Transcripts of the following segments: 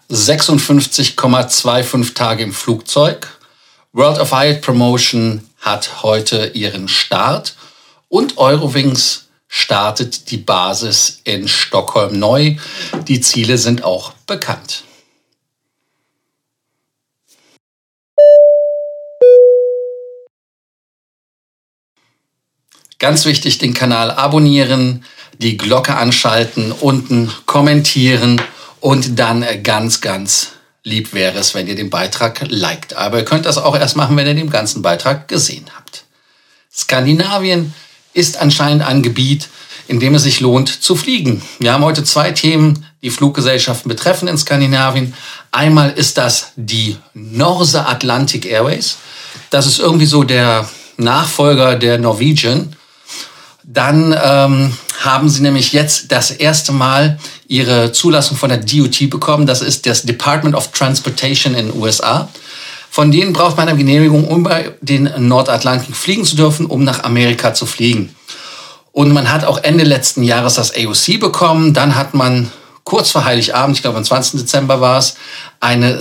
56,25 Tage im Flugzeug. World of Hyatt Promotion hat heute ihren Start und Eurowings startet die Basis in Stockholm neu. Die Ziele sind auch bekannt. Ganz wichtig, den Kanal abonnieren, die Glocke anschalten, unten kommentieren und dann ganz lieb wäre es, wenn ihr den Beitrag liked. Aber ihr könnt das auch erst machen, wenn ihr den ganzen Beitrag gesehen habt. Skandinavien ist anscheinend ein Gebiet, in dem es sich lohnt zu fliegen. Wir haben heute 2 Themen, die Fluggesellschaften betreffen in Skandinavien. Einmal ist das die Norse Atlantic Airways. Das ist irgendwie so der Nachfolger der Norwegian. Dann haben sie nämlich jetzt das erste Mal ihre Zulassung von der DOT bekommen. Das ist das Department of Transportation in den USA. Von denen braucht man eine Genehmigung, um bei den Nordatlantik fliegen zu dürfen, um nach Amerika zu fliegen. Und man hat auch Ende letzten Jahres das AOC bekommen. Dann hat man kurz vor Heiligabend, ich glaube am 20. Dezember war es, eine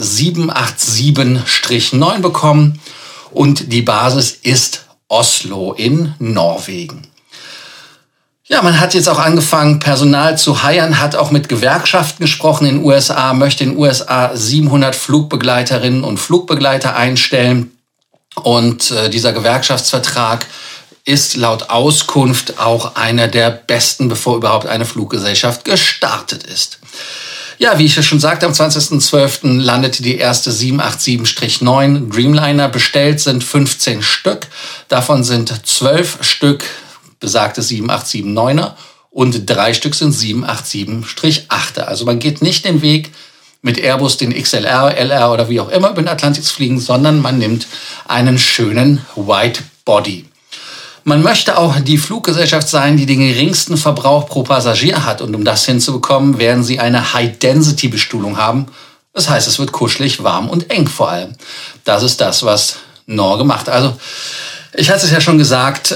787-9 bekommen. Und die Basis ist Oslo in Norwegen. Ja, man hat jetzt auch angefangen, Personal zu hiren, hat auch mit Gewerkschaften gesprochen in den USA, möchte in den USA 700 Flugbegleiterinnen und Flugbegleiter einstellen. Und dieser Gewerkschaftsvertrag ist laut Auskunft auch einer der besten, bevor überhaupt eine Fluggesellschaft gestartet ist. Ja, wie ich ja schon sagte, am 20.12. landete die erste 787-9 Dreamliner. Bestellt sind 15 Stück. Davon sind 12 Stück besagte 787-9er und 3 Stück sind 787-8er. Also man geht nicht den Weg mit Airbus, den XLR, LR oder wie auch immer über den Atlantik zu fliegen, sondern man nimmt einen schönen White Body. Man möchte auch die Fluggesellschaft sein, die den geringsten Verbrauch pro Passagier hat. Und um das hinzubekommen, werden sie eine High-Density-Bestuhlung haben. Das heißt, es wird kuschelig, warm und eng vor allem. Das ist das, was Norge macht. Also, ich hatte es ja schon gesagt,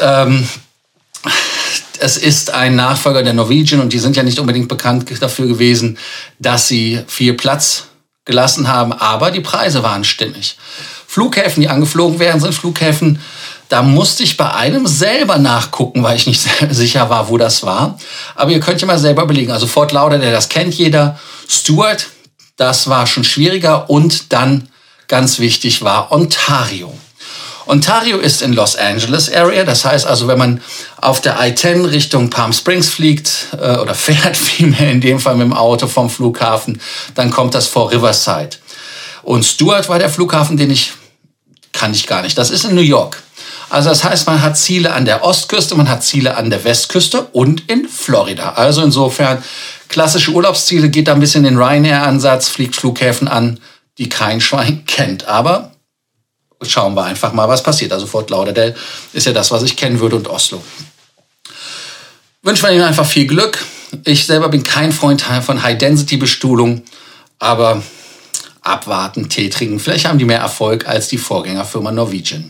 es ist ein Nachfolger der Norwegian und die sind ja nicht unbedingt bekannt dafür gewesen, dass sie viel Platz gelassen haben. Aber die Preise waren stimmig. Flughäfen, die angeflogen werden, sind Flughäfen. Da musste ich bei einem selber nachgucken, weil ich nicht sicher war, wo das war. Aber ihr könnt ja mal selber überlegen. Also Fort Lauderdale, das kennt jeder. Stewart, das war schon schwieriger. Und dann, ganz wichtig, war Ontario. Ontario ist in Los Angeles Area. Das heißt also, wenn man auf der I-10 Richtung Palm Springs fliegt oder fährt, vielmehr in dem Fall mit dem Auto vom Flughafen, dann kommt das vor Riverside. Und Stewart war der Flughafen, kannte ich gar nicht. Das ist in New York. Also das heißt, man hat Ziele an der Ostküste, man hat Ziele an der Westküste und in Florida. Also insofern klassische Urlaubsziele, geht da ein bisschen den Ryanair-Ansatz, fliegt Flughäfen an, die kein Schwein kennt. Aber schauen wir einfach mal, was passiert. Also Fort Lauderdale ist ja das, was ich kennen würde, und Oslo. Wünschen wir Ihnen einfach viel Glück. Ich selber bin kein Freund von High-Density-Bestuhlung, aber abwarten, Tee trinken. Vielleicht haben die mehr Erfolg als die Vorgängerfirma Norwegian.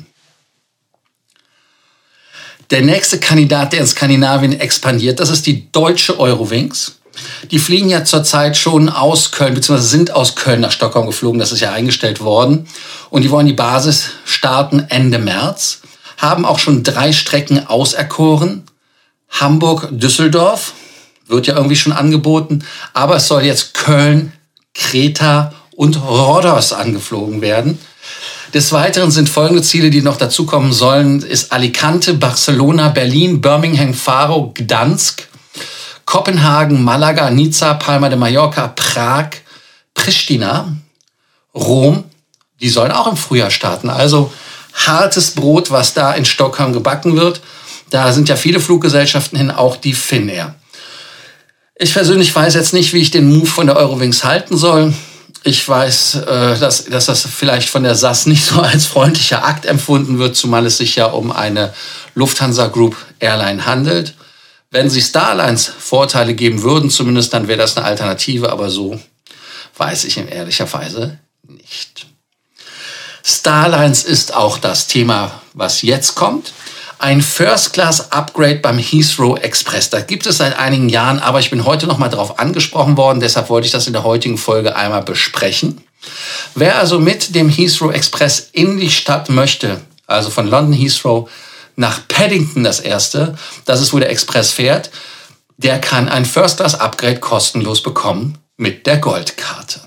Der nächste Kandidat, der in Skandinavien expandiert, das ist die deutsche Eurowings. Die fliegen ja zurzeit schon aus Köln, beziehungsweise sind aus Köln nach Stockholm geflogen. Das ist ja eingestellt worden. Und die wollen die Basis starten Ende März. Haben auch schon 3 Strecken auserkoren. Hamburg, Düsseldorf, wird ja irgendwie schon angeboten. Aber es soll jetzt Köln, Kreta und Rhodos angeflogen werden. Des Weiteren sind folgende Ziele, die noch dazukommen sollen, ist Alicante, Barcelona, Berlin, Birmingham, Faro, Gdansk, Kopenhagen, Malaga, Nizza, Palma de Mallorca, Prag, Pristina, Rom. Die sollen auch im Frühjahr starten. Also hartes Brot, was da in Stockholm gebacken wird. Da sind ja viele Fluggesellschaften hin, auch die Finnair. Ich persönlich weiß jetzt nicht, wie ich den Move von der Eurowings halten soll. Ich weiß, dass das vielleicht von der SAS nicht so als freundlicher Akt empfunden wird, zumal es sich ja um eine Lufthansa Group Airline handelt. Wenn sie Starlines Vorteile geben würden, zumindest, dann wäre das eine Alternative, aber so weiß ich in ehrlicher Weise nicht. Starlines ist auch das Thema, was jetzt kommt. Ein First-Class-Upgrade beim Heathrow Express. Das gibt es seit einigen Jahren, aber ich bin heute nochmal darauf angesprochen worden. Deshalb wollte ich das in der heutigen Folge einmal besprechen. Wer also mit dem Heathrow Express in die Stadt möchte, also von London Heathrow nach Paddington das ist, wo der Express fährt, der kann ein First-Class-Upgrade kostenlos bekommen mit der Goldkarte.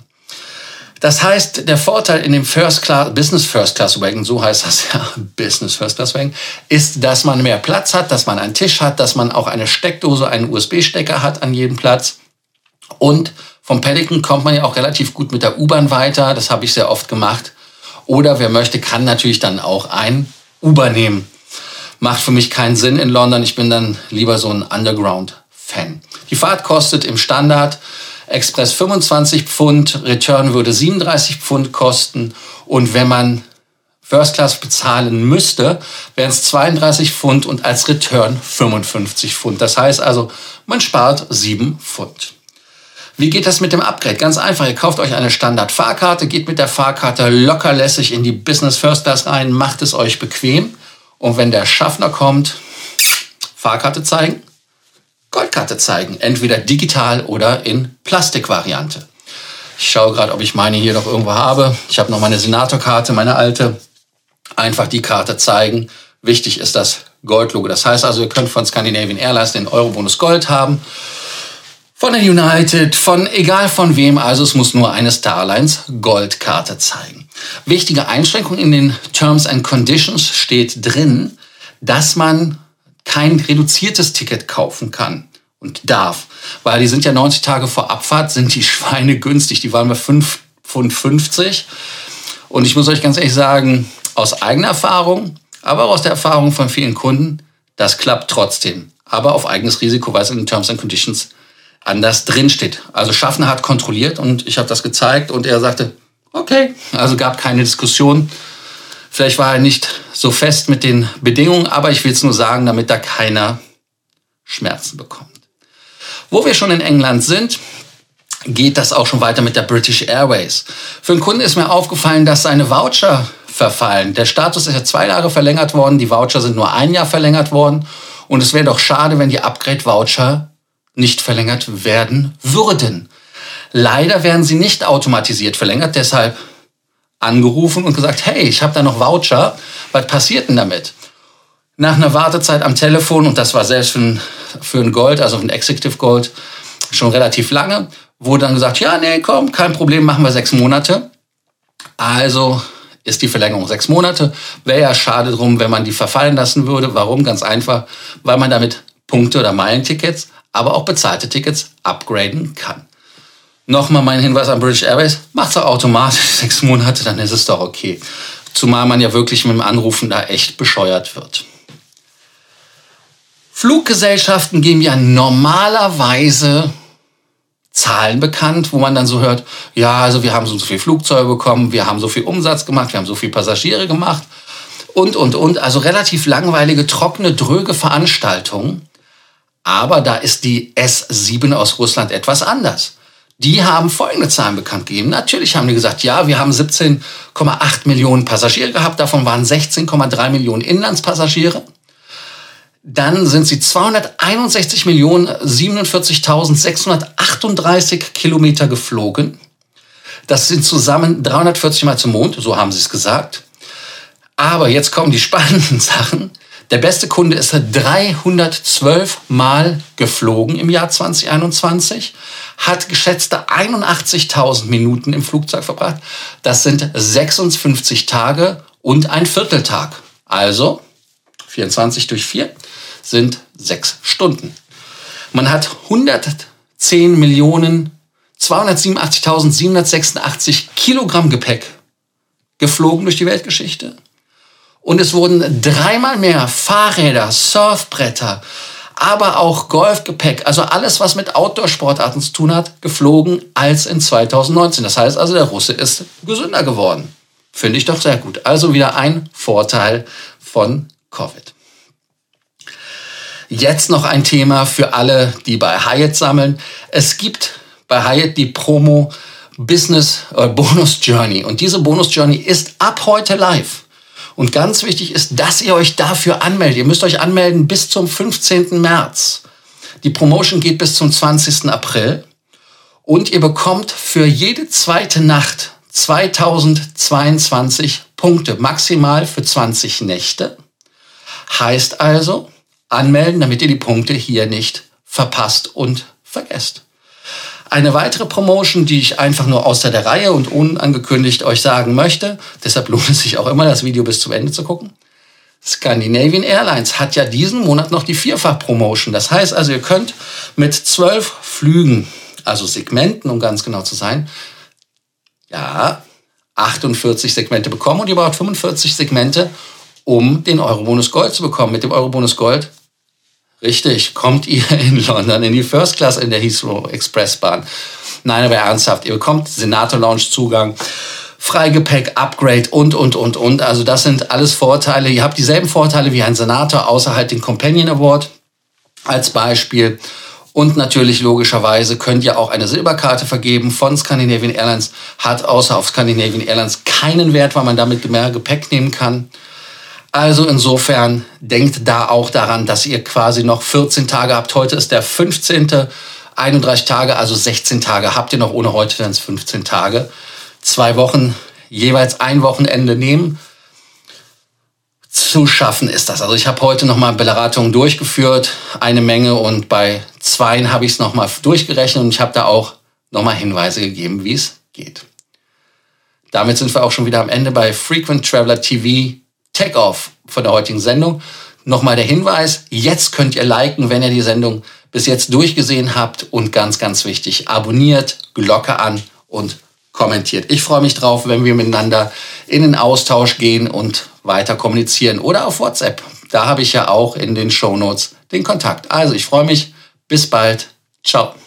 Das heißt, der Vorteil in dem Business First Class Wagon, so heißt das ja, Business First Class Wagon, ist, dass man mehr Platz hat, dass man einen Tisch hat, dass man auch eine Steckdose, einen USB-Stecker hat an jedem Platz. Und vom Paddington kommt man ja auch relativ gut mit der U-Bahn weiter. Das habe ich sehr oft gemacht. Oder wer möchte, kann natürlich dann auch ein Uber nehmen. Macht für mich keinen Sinn in London. Ich bin dann lieber so ein Underground-Fan. Die Fahrt kostet im Standard Express 25 Pfund, Return würde 37 Pfund kosten. Und wenn man First Class bezahlen müsste, wären es 32 Pfund und als Return 55 Pfund. Das heißt also, man spart 7 Pfund. Wie geht das mit dem Upgrade? Ganz einfach, ihr kauft euch eine Standard-Fahrkarte, geht mit der Fahrkarte lockerlässig in die Business First Class rein, macht es euch bequem. Und wenn der Schaffner kommt, Fahrkarte zeigen, Goldkarte zeigen, entweder digital oder in Plastikvariante. Ich schaue gerade, ob ich meine hier noch irgendwo habe. Ich habe noch meine Senatorkarte, meine alte. Einfach die Karte zeigen. Wichtig ist das Goldlogo. Das heißt also, ihr könnt von Scandinavian Airlines den Eurobonus Gold haben, von der United, von egal von wem. Also es muss nur eine Starlines Goldkarte zeigen. Wichtige Einschränkung in den Terms and Conditions steht drin, dass man kein reduziertes Ticket kaufen kann und darf. Weil die sind ja 90 Tage vor Abfahrt, sind die Schweine günstig. Die waren bei 5,50 Pfund. Und ich muss euch ganz ehrlich sagen, aus eigener Erfahrung, aber auch aus der Erfahrung von vielen Kunden, das klappt trotzdem. Aber auf eigenes Risiko, weil es in den Terms and Conditions anders drinsteht. Also Schaffner hat kontrolliert und ich habe das gezeigt und er sagte, okay, also gab keine Diskussion. Vielleicht war er nicht so fest mit den Bedingungen, aber ich will es nur sagen, damit da keiner Schmerzen bekommt. Wo wir schon in England sind, geht das auch schon weiter mit der British Airways. Für einen Kunden ist mir aufgefallen, dass seine Voucher verfallen. Der Status ist ja 2 Jahre verlängert worden, die Voucher sind nur 1 Jahr verlängert worden. Und es wäre doch schade, wenn die Upgrade-Voucher nicht verlängert werden würden. Leider werden sie nicht automatisiert verlängert, deshalb angerufen und gesagt, hey, ich habe da noch Voucher, was passiert denn damit? Nach einer Wartezeit am Telefon, und das war selbst für ein Gold, also ein Executive Gold, schon relativ lange, wurde dann gesagt, ja, nee, komm, kein Problem, machen wir 6 Monate. Also ist die Verlängerung 6 Monate. Wäre ja schade drum, wenn man die verfallen lassen würde. Warum? Ganz einfach, weil man damit Punkte oder Meilentickets, aber auch bezahlte Tickets upgraden kann. Nochmal mein Hinweis an British Airways, macht's auch automatisch 6 Monate, dann ist es doch okay. Zumal man ja wirklich mit dem Anrufen da echt bescheuert wird. Fluggesellschaften geben ja normalerweise Zahlen bekannt, wo man dann so hört, ja, also wir haben so viel Flugzeuge bekommen, wir haben so viel Umsatz gemacht, wir haben so viel Passagiere gemacht und. Also relativ langweilige, trockene, dröge Veranstaltungen. Aber da ist die S7 aus Russland etwas anders. Die haben folgende Zahlen bekannt gegeben. Natürlich haben die gesagt, ja, wir haben 17,8 Millionen Passagiere gehabt, davon waren 16,3 Millionen Inlandspassagiere. Dann sind sie 261.047.638 Kilometer geflogen. Das sind zusammen 340 Mal zum Mond, so haben sie es gesagt. Aber jetzt kommen die spannenden Sachen. Der beste Kunde ist 312 Mal geflogen im Jahr 2021, hat geschätzte 81.000 Minuten im Flugzeug verbracht. Das sind 56 Tage und ein Vierteltag. Also 24 durch 4 sind 6 Stunden. Man hat 110.287.786 Kilogramm Gepäck geflogen durch die Weltgeschichte. Und es wurden 3-mal mehr Fahrräder, Surfbretter, aber auch Golfgepäck, also alles, was mit Outdoor-Sportarten zu tun hat, geflogen als in 2019. Das heißt also, der Russe ist gesünder geworden. Finde ich doch sehr gut. Also wieder ein Vorteil von Covid. Jetzt noch ein Thema für alle, die bei Hyatt sammeln. Es gibt bei Hyatt die Promo Business Bonus Journey. Und diese Bonus Journey ist ab heute live. Und ganz wichtig ist, dass ihr euch dafür anmeldet. Ihr müsst euch anmelden bis zum 15. März. Die Promotion geht bis zum 20. April. Und ihr bekommt für jede zweite Nacht 2022 Punkte, maximal für 20 Nächte. Heißt also, anmelden, damit ihr die Punkte hier nicht verpasst und vergesst. Eine weitere Promotion, die ich einfach nur außer der Reihe und unangekündigt euch sagen möchte, deshalb lohnt es sich auch immer, das Video bis zum Ende zu gucken. Scandinavian Airlines hat ja diesen Monat noch die Vierfach-Promotion. Das heißt also, ihr könnt mit 12 Flügen, also Segmenten, um ganz genau zu sein, 48 Segmente bekommen und ihr braucht 45 Segmente, um den Eurobonus Gold zu bekommen. Mit dem Eurobonus Gold, richtig, kommt ihr in London in die First Class in der Heathrow Expressbahn. Nein, aber ernsthaft, ihr bekommt Senator Lounge Zugang, Freigepäck, Upgrade und. Also das sind alles Vorteile. Ihr habt dieselben Vorteile wie ein Senator, außer halt den Companion Award als Beispiel. Und natürlich logischerweise könnt ihr auch eine Silberkarte vergeben von Scandinavian Airlines. Hat außer auf Scandinavian Airlines keinen Wert, weil man damit mehr Gepäck nehmen kann. Also insofern denkt da auch daran, dass ihr quasi noch 14 Tage habt. Heute ist der 15. 31 Tage, also 16 Tage habt ihr noch, ohne heute dann 15 Tage. 2 Wochen, jeweils ein Wochenende nehmen. Zu schaffen ist das. Also ich habe heute nochmal Beratungen durchgeführt, eine Menge, und bei 2 habe ich es nochmal durchgerechnet und ich habe da auch nochmal Hinweise gegeben, wie es geht. Damit sind wir auch schon wieder am Ende bei Frequent Traveler TV Take-Off von der heutigen Sendung. Nochmal der Hinweis, jetzt könnt ihr liken, wenn ihr die Sendung bis jetzt durchgesehen habt, und ganz, ganz wichtig, abonniert, Glocke an und kommentiert. Ich freue mich drauf, wenn wir miteinander in den Austausch gehen und weiter kommunizieren, oder auf WhatsApp. Da habe ich ja auch in den Shownotes den Kontakt. Also ich freue mich. Bis bald. Ciao.